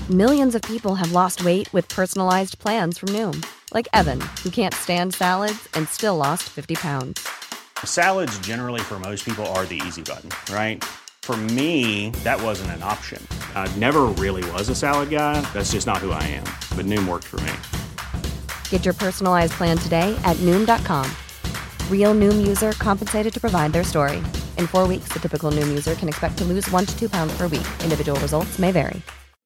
Millions of people have lost weight with personalized plans from Noom. Like Evan, who can't stand salads and still lost 50 pounds. Salads generally for most people are the easy button, right? For me, that wasn't an option. I never really was a salad guy. That's just not who I am. But Noom worked for me. Get your personalized plan today at Noom.com. Real Noom user compensated to provide their story. In 4 weeks, the typical Noom user can expect to lose 1 to 2 pounds per week. Individual results may vary.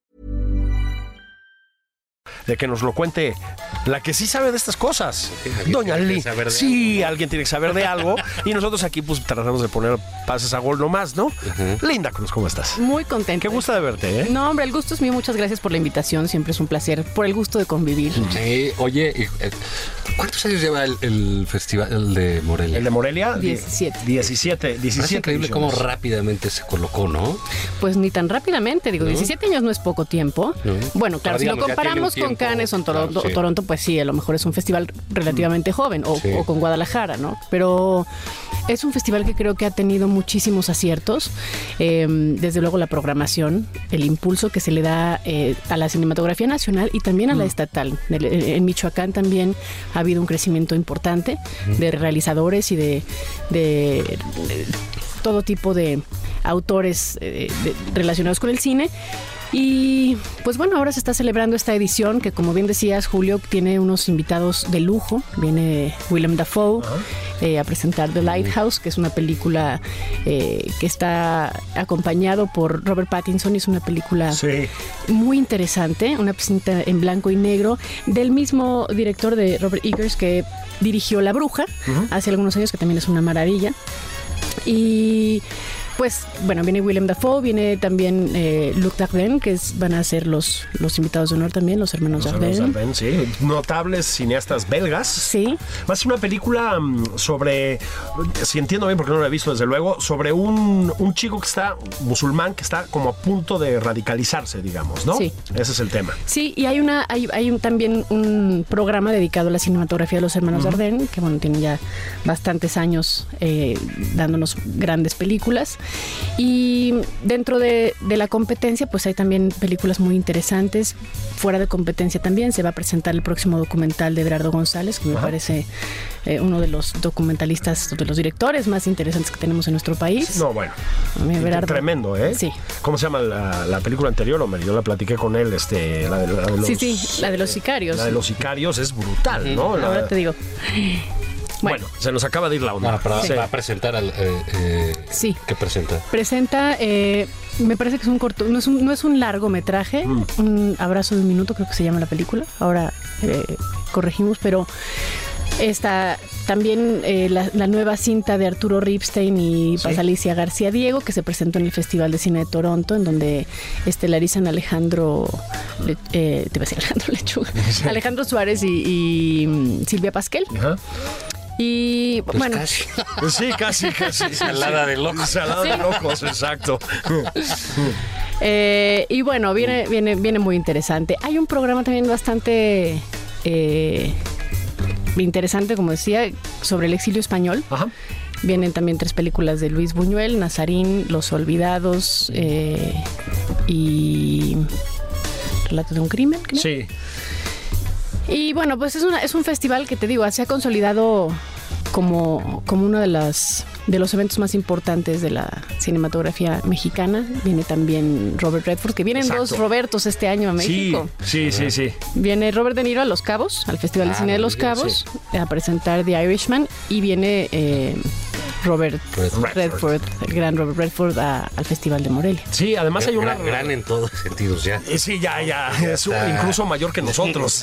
De que nos lo cuente la que sí sabe de estas cosas, Doña Lili. Sí, alguien tiene que saber de algo. Y nosotros aquí pues tratamos de poner pases a gol nomás, ¿no? Linda Cruz, ¿cómo estás? Muy contenta. Qué gusto de verte, ¿eh? No, hombre, el gusto es mío. Muchas gracias por la invitación. Siempre es un placer. Por el gusto de convivir. Sí, oye, ¿cuántos años lleva el festival de Morelia? ¿El de Morelia? 17. 17. Es increíble cómo rápidamente se colocó, ¿no? Pues ni tan rápidamente. Digo, 17 años no es poco tiempo. Bueno, claro, si lo comparamos con Cannes o Toronto, claro, sí. Toronto, pues sí, a lo mejor es un festival relativamente joven, o con Guadalajara, ¿no? Pero es un festival que creo que ha tenido muchísimos aciertos. Desde luego la programación, el impulso que se le da a la cinematografía nacional y también a la estatal. En Michoacán también ha habido un crecimiento importante de realizadores y de todo tipo de autores relacionados con el cine. Y pues bueno, ahora se está celebrando esta edición que, como bien decías, Julio, tiene unos invitados de lujo. Viene Willem Dafoe a presentar The Lighthouse, que es una película que está acompañado por Robert Pattinson, y es una película muy interesante, una cinta en blanco y negro del mismo director de Robert Eggers que dirigió La Bruja hace algunos años, que también es una maravilla. Y pues, bueno, viene Willem Dafoe, viene también Luc Dardenne, que van a ser los invitados de honor también, los hermanos Dardenne. Sí, notables cineastas belgas. Sí. Va a ser una película sobre, si entiendo bien porque no lo he visto desde luego, sobre un chico que está, musulmán, que está como a punto de radicalizarse, digamos, ¿no? Sí. Ese es el tema. Sí, y hay también un programa dedicado a la cinematografía de los hermanos Dardenne, que bueno, tienen ya bastantes años dándonos grandes películas. Y dentro de la competencia pues hay también películas muy interesantes. Fuera de competencia también se va a presentar el próximo documental de Everardo González, que me parece uno de los documentalistas, de los directores más interesantes que tenemos en nuestro país. No, bueno, tremendo, ¿eh? Sí. ¿Cómo se llama la película anterior, hombre? Yo la platiqué con él, la de los... Sí, la de los sicarios. La de los sicarios es brutal, ¿no? Ahora te digo... Bueno, se nos acaba de ir la onda. Va a presentar al... sí. ¿Qué presenta? Presenta... me parece que es un corto, no es un largometraje, Un abrazo de un minuto, creo que se llama la película. Ahora corregimos, pero está también la nueva cinta de Arturo Ripstein y Pasalicia García Diego, que se presentó en el Festival de Cine de Toronto, en donde estelarizan Alejandro Lechuga, Alejandro Suárez y Silvia Pasquel. Y pues bueno, casi. Sí, casi. Ensalada de locos. Ensalada de locos, exacto. Y bueno, viene muy interesante. Hay un programa también bastante interesante, como decía, sobre el exilio español. Vienen también 3 películas de Luis Buñuel: Nazarín, Los Olvidados y Relato de un crimen, ¿no? Sí. Y bueno, pues es un festival que, te digo, se ha consolidado como uno de los eventos más importantes de la cinematografía mexicana. Viene también Robert Redford, que vienen 2 Robertos este año a México. Sí. Viene Robert De Niro a Los Cabos, al Festival de Cine de Los Cabos, a presentar The Irishman, y viene Robert Redford, el gran Robert Redford, al Festival de Morelia. Sí, además hay una... Gran en todos sentidos ya. Sí, ya. Es incluso mayor que nosotros.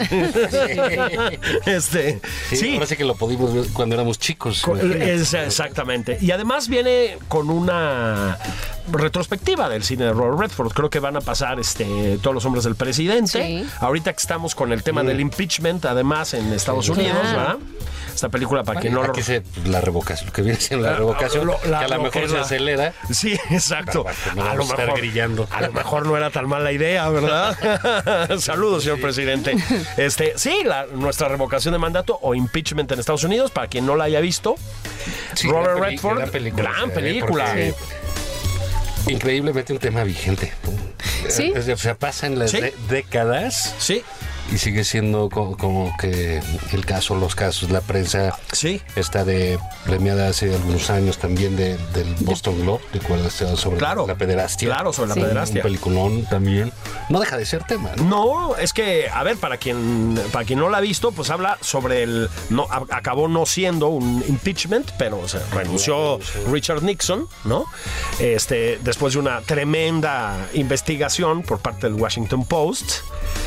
Parece que lo pudimos ver cuando éramos chicos. Exactamente. Y además viene con una retrospectiva del cine de Robert Redford. Creo que van a pasar Todos los hombres del presidente. Sí. Ahorita que estamos con el tema del impeachment, además en Estados Unidos, ¿verdad? Esta película, para que no lo... La revocación, lo que viene siendo la revocación, que a lo mejor se acelera. Sí, exacto. A lo mejor grillando. A lo mejor no era tan mala idea, ¿verdad? Saludos, señor presidente. Nuestra revocación de mandato o impeachment en Estados Unidos, para quien no la haya visto. Sí, Robert Redford, gran película. Increíblemente un tema vigente. Sí. O sea, pasan las décadas. Sí. Y sigue siendo como que los casos, la prensa está premiada hace algunos años también del Boston Globe, ¿recuerdas? Sobre la pederastia. Claro, sobre la pederastia. Un peliculón también. No deja de ser tema, ¿no? No, es que, a ver, para quien no la ha visto, pues habla sobre acabó no siendo un impeachment, pero renunció Richard Nixon, ¿no? Después de una tremenda investigación por parte del Washington Post.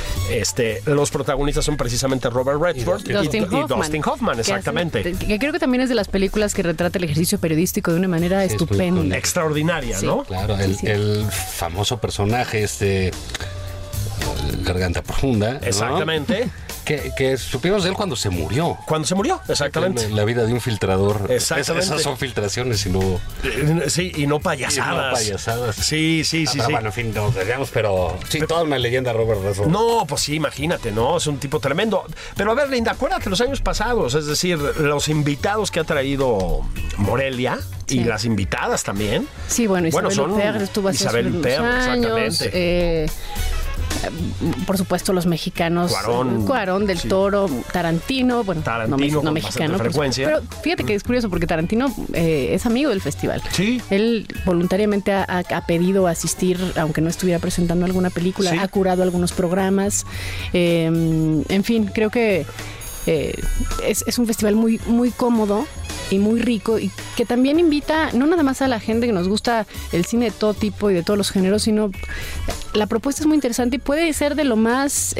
Los protagonistas son precisamente Robert Redford y Dustin Hoffman, exactamente. Que creo que también es de las películas que retrata el ejercicio periodístico de una manera estupenda. Extraordinaria, ¿no? Claro, el famoso personaje, Garganta Profunda, ¿no? Exactamente. Que supimos de él cuando se murió. Cuando se murió, exactamente. La vida de un filtrador. Exactamente. Esas son filtraciones y no... Sí, y no payasadas. Sí. Bueno, en fin, nos desviamos, pero sí, toda una leyenda, Robert Redford. No, pues sí, imagínate, ¿no? Es un tipo tremendo. Pero a ver, Linda, acuérdate los años pasados, es decir, los invitados que ha traído Morelia y las invitadas también. Sí, bueno, Isabel Huppert estuvo hace unos años. Exactamente. Por supuesto, los mexicanos, Cuarón, Del Toro, Tarantino, no mexicano, pero fíjate que es curioso porque Tarantino es amigo del festival. Sí. Él voluntariamente ha pedido asistir, aunque no estuviera presentando alguna película, ha curado algunos programas. En fin, creo que es un festival muy, muy cómodo y muy rico, y que también invita no nada más a la gente que nos gusta el cine de todo tipo y de todos los géneros, sino la propuesta es muy interesante y puede ser de lo más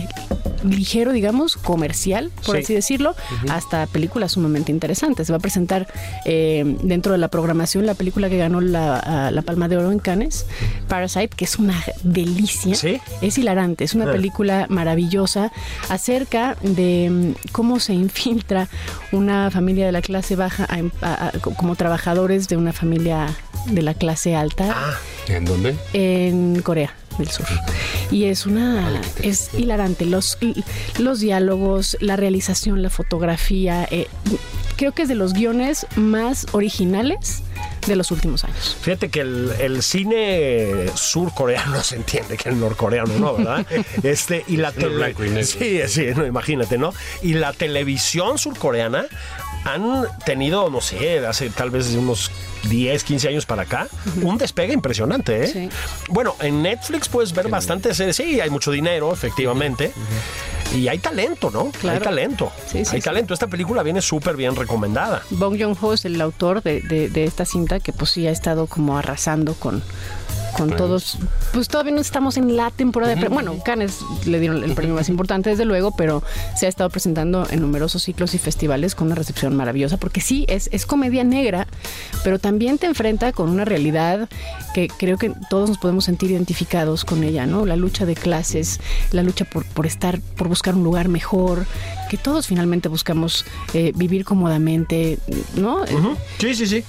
ligero, digamos, comercial, por así decirlo, hasta películas sumamente interesantes. Se va a presentar dentro de la programación la película que ganó la Palma de Oro en Cannes, Parasite, que es una delicia. ¿Sí? Es hilarante, es una película maravillosa acerca de cómo se infiltra una familia de la clase baja como trabajadores de una familia de la clase alta. ¿En dónde? En Corea del Sur. Y es hilarante. Los diálogos, la realización, la fotografía. Creo que es de los guiones más originales de los últimos años. Fíjate que el cine surcoreano se entiende que el norcoreano no, ¿verdad? Y la blanco y negro. Sí, no, imagínate, ¿no? Y la televisión surcoreana han tenido, no sé, hace tal vez unos 10, 15 años para acá, un despegue impresionante, ¿eh? Sí. Bueno, en Netflix puedes ver bastante series. Sí, hay mucho dinero, efectivamente. Y hay talento, ¿no? Hay talento. Hay talento. Esta película viene súper bien recomendada. Bong Joon-ho es el autor de esta cinta que pues sí ha estado como arrasando con todos. Pues todavía no estamos en la temporada de bueno, Cannes le dieron el premio más importante, desde luego, pero se ha estado presentando en numerosos ciclos y festivales con una recepción maravillosa, porque sí, es comedia negra, pero también te enfrenta con una realidad que creo que todos nos podemos sentir identificados con ella, ¿no? La lucha de clases, la lucha por buscar un lugar mejor, que todos finalmente buscamos vivir cómodamente, ¿no? Sí.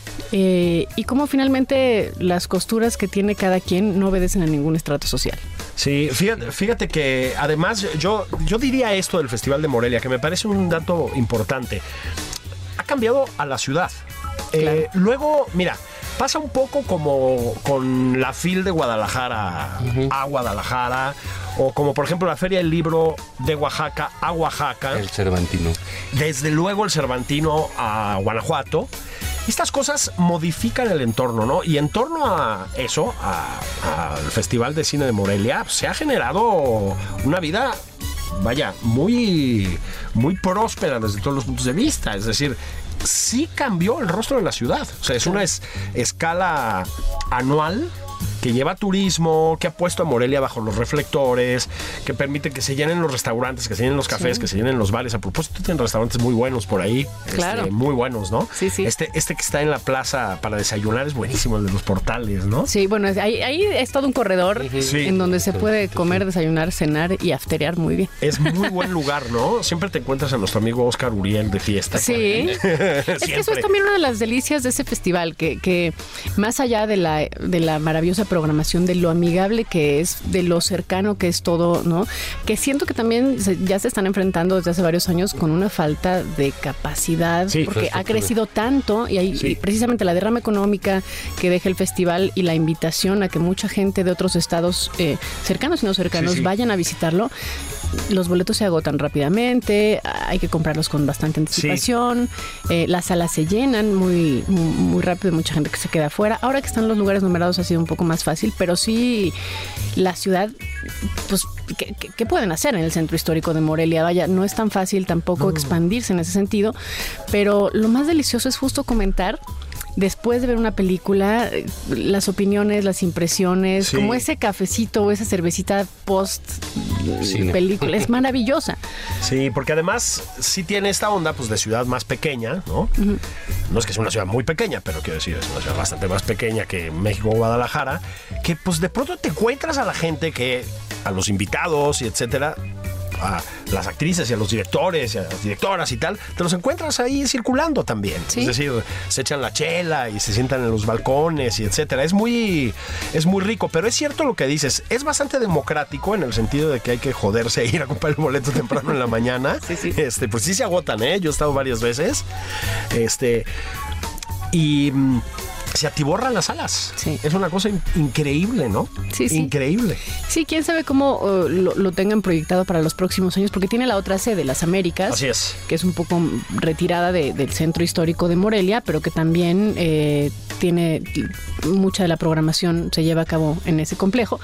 Y cómo finalmente las costuras que tiene cada quien no obedecen a ningún estrato social. Sí, fíjate que además yo diría esto del Festival de Morelia, que me parece un dato importante. Ha cambiado a la ciudad. Claro. Luego, mira, pasa un poco como con la FIL de Guadalajara a Guadalajara, o como por ejemplo la Feria del Libro de Oaxaca a Oaxaca. El Cervantino. Desde luego el Cervantino a Guanajuato. Estas cosas modifican el entorno, ¿no? Y en torno a eso, al Festival de Cine de Morelia, se ha generado una vida, vaya, muy, muy próspera desde todos los puntos de vista. Es decir, sí cambió el rostro de la ciudad. O sea, es una escala anual que lleva turismo, que ha puesto a Morelia bajo los reflectores, que permite que se llenen los restaurantes, que se llenen los cafés, que se llenen los bares. A propósito, tienen restaurantes muy buenos por ahí. Claro. Muy buenos, ¿no? Sí. Este que está en la plaza para desayunar es buenísimo, el de los portales, ¿no? Sí, bueno, ahí es todo un corredor en donde se puede comer, desayunar, cenar y afterear muy bien. Es muy buen lugar, ¿no? Siempre te encuentras a nuestro amigo Oscar Uriel de fiesta. Sí. Es que eso es también una de las delicias de ese festival, que más allá de la maravillosa programación, de lo amigable que es, de lo cercano que es todo, ¿no? Que siento que también ya se están enfrentando desde hace varios años con una falta de capacidad, porque ha crecido tanto y precisamente la derrama económica que deja el festival y la invitación a que mucha gente de otros estados cercanos y no cercanos vayan a visitarlo. Los boletos se agotan rápidamente, hay que comprarlos con bastante anticipación, las salas se llenan muy, muy rápido, mucha gente que se queda afuera. Ahora que están los lugares numerados ha sido un poco más fácil, pero sí la ciudad, pues, ¿qué pueden hacer en el centro histórico de Morelia? Vaya, no es tan fácil tampoco expandirse en ese sentido, pero lo más delicioso es justo comentar después de ver una película, las opiniones, las impresiones, como ese cafecito o esa cervecita post película, es maravillosa. Sí, porque además sí tiene esta onda pues de ciudad más pequeña, ¿no? Uh-huh. No es que sea una ciudad muy pequeña, pero quiero decir, es una ciudad bastante más pequeña que México o Guadalajara, que pues de pronto te encuentras a la gente a los invitados y etcétera, a las actrices y a los directores y a las directoras y tal, te los encuentras ahí circulando también. ¿Sí? Es decir, se echan la chela y se sientan en los balcones y etcétera. Es muy rico, pero es cierto lo que dices, es bastante democrático en el sentido de que hay que joderse e ir a comprar el boleto temprano en la mañana. Sí. Pues sí se agotan, yo he estado varias veces. Y se atiborran las salas. Sí. Es una cosa increíble, ¿no? Sí. Increíble. Sí, quién sabe cómo lo tengan proyectado para los próximos años, porque tiene la otra sede, Las Américas. Así es. Que es un poco retirada del centro histórico de Morelia, pero que también tiene mucha de la programación, se lleva a cabo en ese complejo.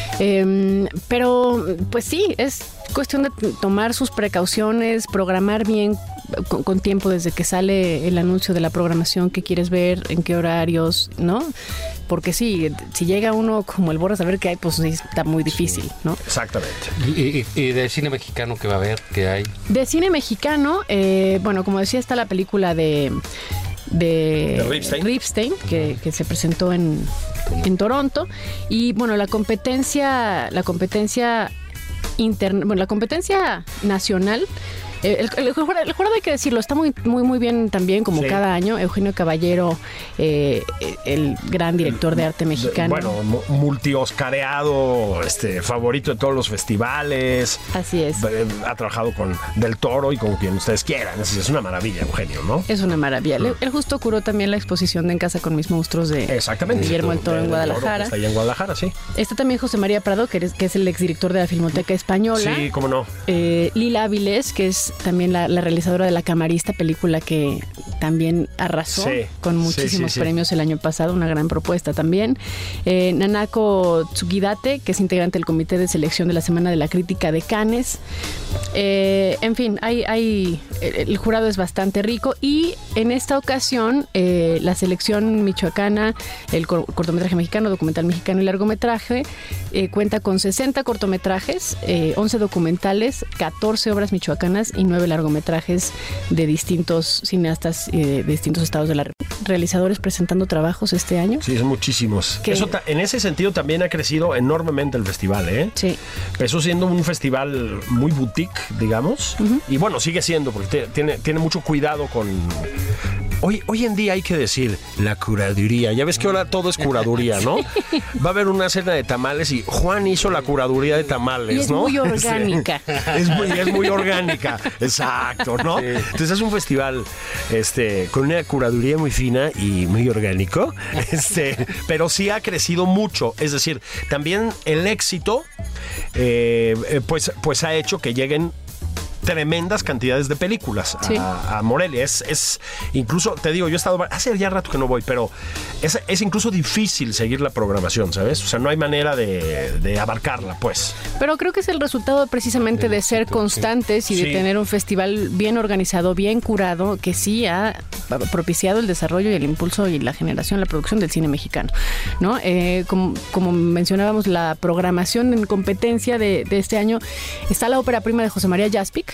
Pero, pues sí, es cuestión de tomar sus precauciones, programar bien con tiempo desde que sale el anuncio de la programación que quieres ver, en qué horarios, ¿no? Porque sí, si llega uno como el Borras a ver qué hay, pues sí, está muy difícil, ¿no? Exactamente. ¿Y de cine mexicano qué va a haber? ¿Qué hay? De cine mexicano, bueno, como decía, está la película de Ripstein, que se presentó en Toronto. Y bueno, la competencia nacional. El jurado, hay que decirlo, está muy, muy, muy bien también, como cada año. Eugenio Caballero, el gran director de arte mexicano. Bueno, multi-oscareado, favorito de todos los festivales. Así es. Ha trabajado con Del Toro y con quien ustedes quieran. Es una maravilla, Eugenio, ¿no? Es una maravilla. Él justo curó también la exposición de En Casa con mis monstruos de Guillermo del Toro en Guadalajara. Está ahí en Guadalajara, sí. Está también José María Prado, que es el exdirector de la Filmoteca Española. Sí, cómo no. Lila Áviles, que es también la realizadora de La Camarista, película que también arrasó con muchísimos premios el año pasado, una gran propuesta también. Nanako Tsukidate, que es integrante del comité de selección de la Semana de la Crítica de Cannes. En fin, el jurado es bastante rico y en esta ocasión la selección michoacana, el cortometraje mexicano, documental mexicano y largometraje, cuenta con 60 cortometrajes, 11 documentales, 14 obras michoacanas y 9 largometrajes de distintos cineastas de distintos estados de la República. Realizadores presentando trabajos este año. Sí, son muchísimos. En ese sentido también ha crecido enormemente el festival, Sí. Empezó siendo un festival muy boutique, digamos, y bueno, sigue siendo, porque tiene mucho cuidado con... Hoy en día hay que decir la curaduría. Ya ves que ahora todo es curaduría, ¿no? Va a haber una cena de tamales y Juan hizo la curaduría de tamales, y es ¿no? Muy orgánica. Es muy orgánica, exacto, ¿no? Sí. Entonces es un festival con una curaduría muy fina y muy orgánico, pero sí ha crecido mucho. Es decir, también el éxito pues ha hecho que lleguen tremendas cantidades de películas a Morelia. Es incluso, te digo, yo he estado hace ya rato que no voy, pero es incluso difícil seguir la programación, ¿sabes? O sea, no hay manera de abarcarla, pues. Pero creo que es el resultado precisamente de ser constantes y de tener un festival bien organizado, bien curado, que sí ha propiciado el desarrollo y el impulso y la generación, la producción del cine mexicano, ¿no? Como mencionábamos, la programación en competencia de este año está la ópera prima de José María Jaspic,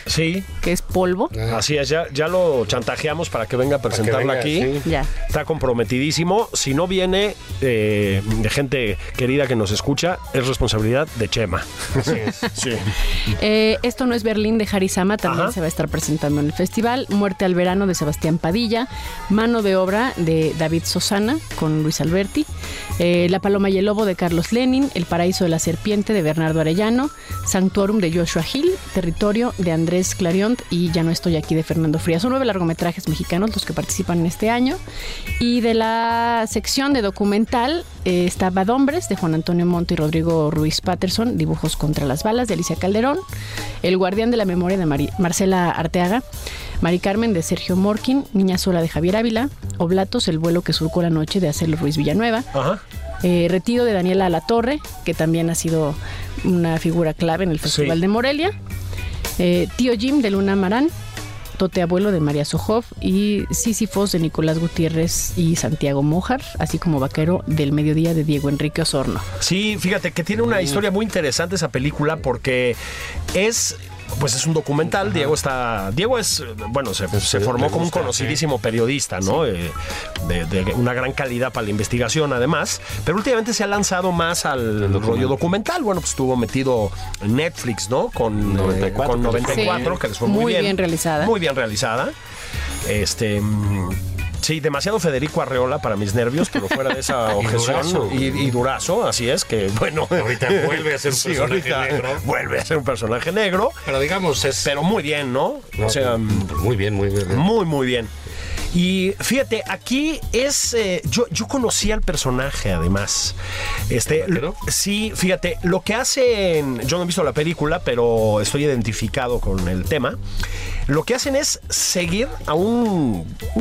Sí. Que es polvo. Así es, ya lo chantajeamos para que venga a presentarla aquí. Sí. Ya. Está comprometidísimo. Si no viene de gente querida que nos escucha, es responsabilidad de Chema. Así es. Sí. Esto no es Berlín de Harisama, también se va a estar presentando en el festival. Muerte al verano de Sebastián Padilla. Mano de obra de David Sosana con Luis Alberti. La paloma y el lobo de Carlos Lenin. El paraíso de la serpiente de Bernardo Arellano. Sanctorum de Joshua Hill. Territorio de Andrés Clariont y Ya no estoy aquí de Fernando Frías. Son 9 largometrajes mexicanos los que participan en este año. Y de la sección de documental está Bad Hombres de Juan Antonio Monte y Rodrigo Ruiz Patterson. Dibujos contra las balas de Alicia Calderón. El guardián de la memoria de Marcela Arteaga. Mari Carmen de Sergio Morquín. Niña sola de Javier Ávila. Oblatos, el vuelo que surcó la noche de Acelo Ruiz Villanueva. Ajá. Retiro de Daniela Alatorre, que también ha sido una figura clave en el Festival de Morelia. Tío Jim de Luna Marán. Tote Abuelo de María Sojov y Sísifos de Nicolás Gutiérrez y Santiago Mójar, así como Vaquero del Mediodía de Diego Enrique Osorno. Sí, fíjate que tiene una historia muy interesante esa película porque es un documental. Diego es, bueno, se formó como un conocidísimo periodista, ¿no? De una gran calidad para la investigación, además. Pero últimamente se ha lanzado más al rollo documental. Bueno, pues estuvo metido en Netflix, ¿no? Con 94, que les fue muy bien realizada. Muy bien realizada. Sí, demasiado Federico Arreola para mis nervios, pero fuera de esa objeción. Y Durazo, así es que, bueno. Ahorita vuelve a ser un personaje negro. Vuelve a ser un personaje negro. Pero digamos, pero muy bien, ¿no? O sea, muy bien. Muy bien. Y fíjate, aquí es... yo conocí al personaje, además. Sí, fíjate, lo que hacen... Yo no he visto la película, pero estoy identificado con el tema. Lo que hacen es seguir a un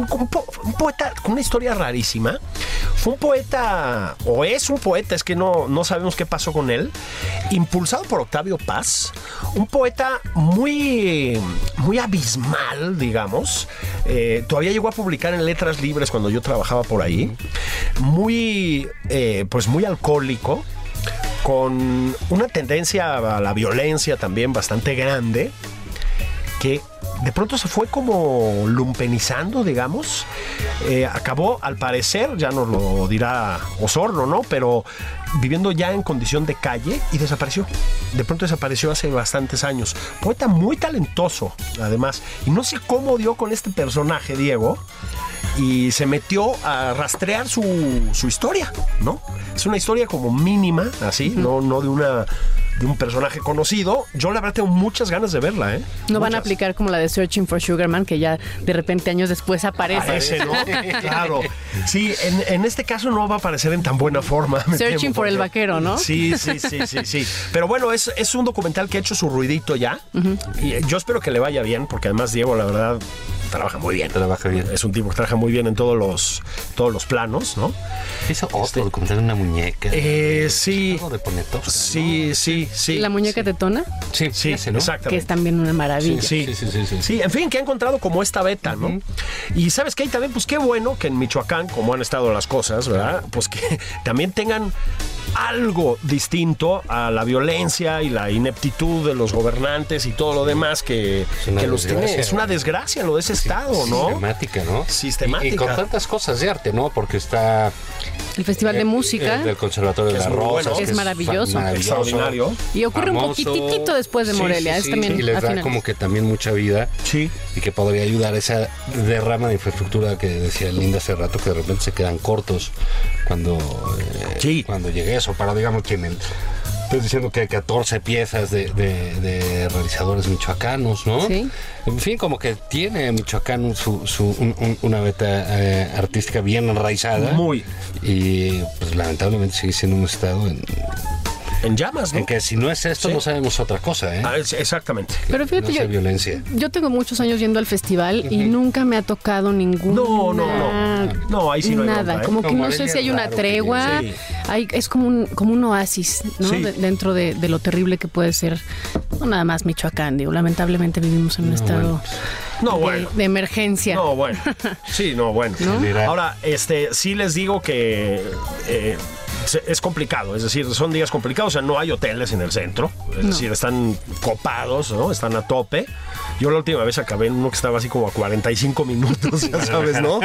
poeta con una historia rarísima. Fue un poeta, o es un poeta, es que no sabemos qué pasó con él, impulsado por Octavio Paz. Un poeta muy, muy abismal, digamos. Todavía llegó a publicar en Letras Libres cuando yo trabajaba por ahí. Muy alcohólico, con una tendencia a la violencia también bastante grande, que de pronto se fue como lumpenizando, digamos. Acabó, al parecer, ya nos lo dirá Osorno, ¿no? Pero viviendo ya en condición de calle y desapareció. De pronto desapareció hace bastantes años. Poeta muy talentoso, además. Y no sé cómo dio con este personaje, Diego, y se metió a rastrear su historia, ¿no? Es una historia como mínima, así, no de un personaje conocido. Yo la verdad tengo muchas ganas de verla, ¿eh? No van a aplicar como la de Searching for Sugar Man, que ya de repente años después aparece, ¿no? Claro. Sí, en este caso no va a aparecer en tan buena forma. Searching for el vaquero, ¿no? Sí. Pero bueno, es un documental que ha hecho su ruidito ya. Y yo espero que le vaya bien, porque además Diego, la verdad, trabaja muy bien. Es un tipo que trabaja muy bien en todos los planos, ¿no? Hizo otro documental de una muñeca. Sí. Algo de Ponetosa, Sí. ¿La muñeca tetona? Sí, ese, ¿no? Exactamente. Que es también una maravilla. Sí, en fin, que ha encontrado como esta beta, ¿no? Y ¿sabes qué? Y también, pues qué bueno que en Michoacán, como han estado las cosas, ¿verdad? Pues que también tengan algo distinto a la violencia y la ineptitud de los gobernantes y todo lo demás que los tiene. Es una desgracia lo de ese estado, ¿no? Sistemática, ¿no? Sistemática. Y con tantas cosas de arte, ¿no? Porque está el Festival de Música del Conservatorio de las Rosas, es maravilloso. Extraordinario. Y ocurre un poquitito después de Morelia. Sí, también y les da como que también mucha vida. Sí. Y que podría ayudar a esa derrama de infraestructura que decía Linda hace rato, que de repente se quedan cortos cuando llegue eso. Para, digamos, estoy diciendo que hay 14 piezas de realizadores michoacanos, ¿no? Sí. En fin, como que tiene Michoacán una beta artística bien enraizada. Muy. Y pues lamentablemente sigue siendo un estado en llamas, ¿no? En que si no es esto, no sabemos otra cosa, ¿eh? Exactamente. Pero fíjate, no violencia. Yo tengo muchos años yendo al festival y nunca me ha tocado ninguna. No, ahí sí no hay nada. nada, ¿eh? Como que no sé si hay una tregua. Es como un oasis, ¿no? Sí. Dentro de lo terrible que puede ser, no nada más Michoacán, digo. Lamentablemente vivimos en un estado de emergencia. No, bueno. Sí, no, bueno. ¿No? Ahora, sí les digo que es complicado, es decir, son días complicados, o sea, no hay hoteles en el centro, es decir, están copados, ¿no? Están a tope. Yo la última vez acabé en uno que estaba así como a 45 minutos, ya sabes, ¿no?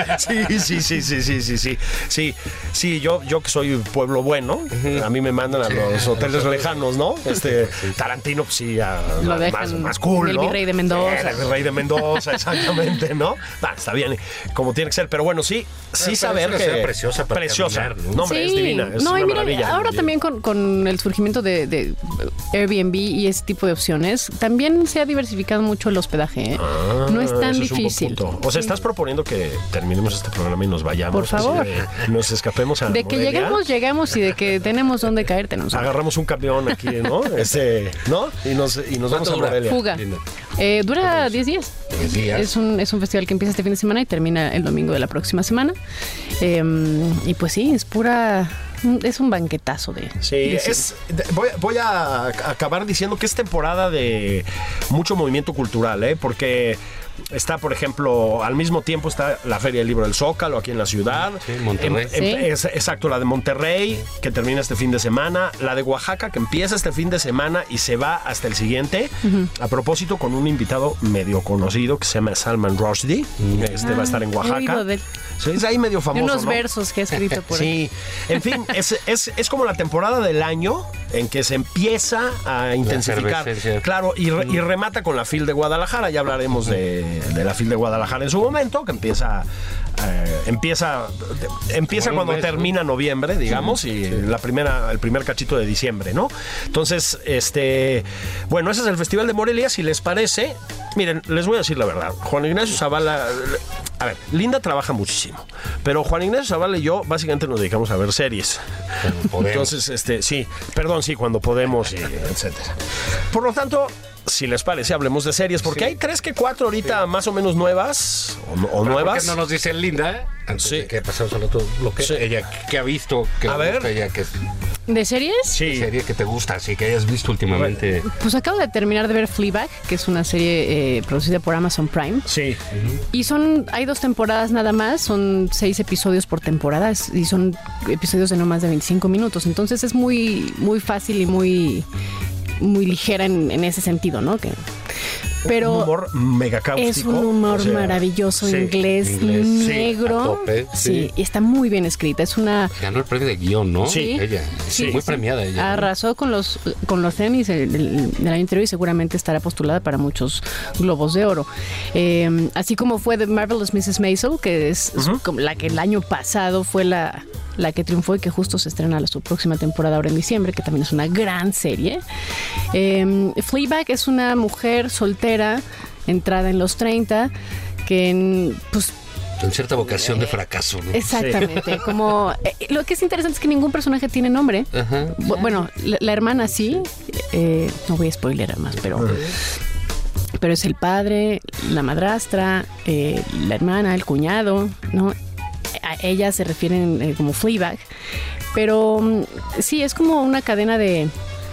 Sí, yo que soy pueblo bueno, a mí me mandan a los hoteles lejanos, ¿no? Tarantino, pues sí, más cool, el ¿no? Virrey de Mendoza. El Virrey de Mendoza, exactamente, ¿no? Está bien, como tiene que ser, pero bueno, sí saber que... Preciosa para caminar, ¿no? No, hombre, es divina, es una maravilla. Ahora también con el surgimiento de Airbnb y ese tipo de opciones, también se ha diversificado mucho el hospedaje, ¿eh? No es tan difícil. O sea, estás proponiendo que terminemos este programa y nos vayamos. Por favor. Nos escapemos a de que llegamos y de que tenemos dónde caer, tenemos. Agarramos un camión aquí, ¿no? ¿No? Y nos vamos a Morelia. Fuga. Dura 10 días. 10 días. Es un festival que empieza este fin de semana y termina el domingo de la próxima semana. Y pues sí, es un banquetazo de... Sí, voy a acabar diciendo que es temporada de mucho movimiento cultural, porque está, por ejemplo, al mismo tiempo está la Feria del Libro del Zócalo aquí en la ciudad. Sí, Monterrey. Exacto, la de Monterrey, que termina este fin de semana. La de Oaxaca, que empieza este fin de semana y se va hasta el siguiente. A propósito, con un invitado medio conocido que se llama Salman Rushdie. Va a estar en Oaxaca. Sí, es ahí medio famoso, de unos versos que ha escrito por ahí. Sí, en fin, es como la temporada del año en que se empieza a intensificar. Claro, y remata con la FIL de Guadalajara. Ya hablaremos de la FIL de Guadalajara en su momento, que empieza cuando termina noviembre, digamos, y el primer cachito de diciembre, ¿no? Entonces, bueno, ese es el Festival de Morelia. Si les parece, miren, les voy a decir la verdad. Juan Ignacio Zavala, a ver, Linda trabaja muchísimo, pero Juan Ignacio Zavala y yo básicamente nos dedicamos a ver series. Entonces, sí, cuando podemos, y etcétera. Por lo tanto, si les parece, hablemos de series, porque hay 3 que 4 ahorita más o menos nuevas o nuevas. ¿Por qué no nos dice Linda? Antes de que pasemos al otro bloque, ella que ha visto, ¿de series? Sí. ¿Serie que te gusta, así que hayas visto últimamente? Pues acabo de terminar de ver Fleabag, que es una serie producida por Amazon Prime. Sí. Y hay 2 temporadas nada más, son 6 episodios por temporada y son episodios de no más de 25 minutos. Entonces es muy, muy fácil y muy ligera en ese sentido, ¿no? Pero un humor mega cáustico. Es un humor maravilloso, inglés negro. A tope, sí, y está muy bien escrita. Ganó el premio de guión, ¿no? Sí. Ella. Sí, muy premiada ella. Arrasó con los Emmys del año anterior y seguramente estará postulada para muchos Globos de Oro. Así como fue The Marvelous Mrs. Maisel, que es como la que el año pasado fue la que triunfó y que justo se estrena su próxima temporada ahora en diciembre, que también es una gran serie. Fleabag es una mujer soltera, entrada en los 30, que con cierta vocación de fracaso, ¿no? Exactamente. Como lo que es interesante es que ningún personaje tiene nombre. Ajá. Bueno, la hermana sí. No voy a spoilear más, pero es el padre, la madrastra, la hermana, el cuñado, ¿no? A ella se refieren como Fleabag, pero sí, es como una cadena de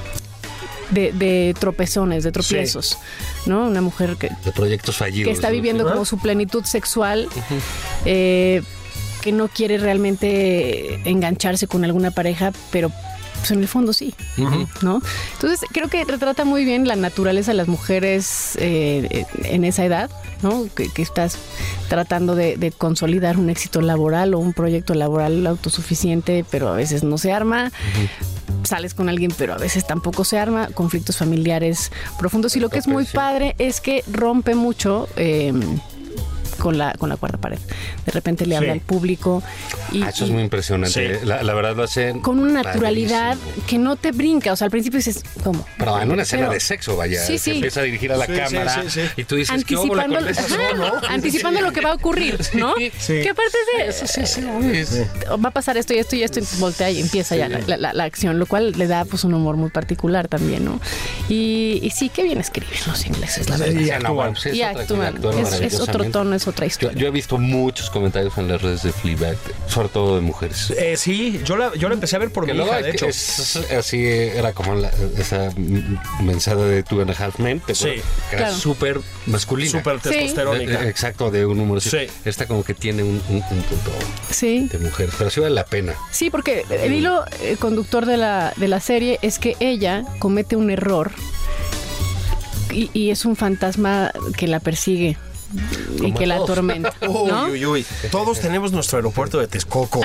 tropezones, de tropiezos, ¿no? Una mujer de proyectos fallidos, que está viviendo como su plenitud sexual, que no quiere realmente engancharse con alguna pareja, pero pues en el fondo sí, ¿no? Entonces creo que retrata muy bien la naturaleza de las mujeres en esa edad, ¿no? Que estás tratando de consolidar un éxito laboral o un proyecto laboral autosuficiente, pero a veces no se arma. Sales con alguien, pero a veces tampoco se arma. Conflictos familiares profundos. Y lo que es muy padre es que rompe mucho con la cuarta pared. De repente le habla al público. Eso es muy impresionante. Sí. La verdad lo hacen con una naturalidad que no te brinca. O sea, al principio dices, ¿cómo? Pero en una escena de sexo, vaya. Sí. Se empieza a dirigir a la cámara y tú dices, anticipando, anticipando lo que va a ocurrir, ¿no? Sí. Que aparte de eso, va a pasar esto y esto y esto, y voltea y empieza ya la acción, lo cual le da pues un humor muy particular también, ¿no? Y sí, qué bien escriben los ingleses, la verdad. Y actúan. Es otro tono, es otra historia. Yo he visto muchos comentarios en las redes de Fleabag, sobre todo de mujeres. Sí, yo la empecé a ver por mi hija, de hecho. Así era como esa mensada de Two and a Half Men, que era súper masculina. Súper testosterónica. Exacto, de un humor así. Sí. Esta como que tiene un punto de mujer, pero sí vale la pena. Sí, porque el hilo conductor de la serie es que ella comete un error y es un fantasma que la persigue. Y que la atormenta, ¿no? Uy. Todos tenemos nuestro aeropuerto de Texcoco.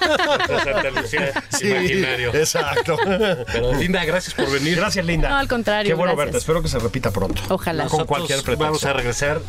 Sí, imaginario. Exacto. Pero Linda, gracias por venir. Gracias, Linda. No, al contrario. Qué bueno gracias. verte. Espero que se repita pronto. Ojalá. Con cualquier pretexto. Vamos a regresar.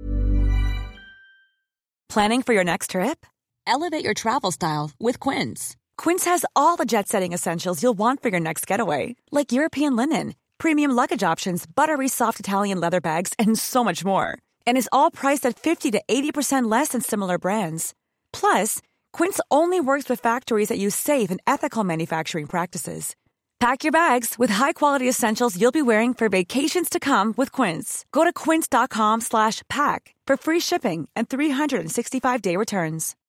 Planning for your next trip? Elevate your travel style with Quince. Quince has all the jet-setting essentials you'll want for your next getaway, like European linen, premium luggage options, buttery soft Italian leather bags, and so much more. And is all priced at 50 to 80% less than similar brands. Plus, Quince only works with factories that use safe and ethical manufacturing practices. Pack your bags with high-quality essentials you'll be wearing for vacations to come with Quince. Go to quince.com/pack for free shipping and 365-day returns.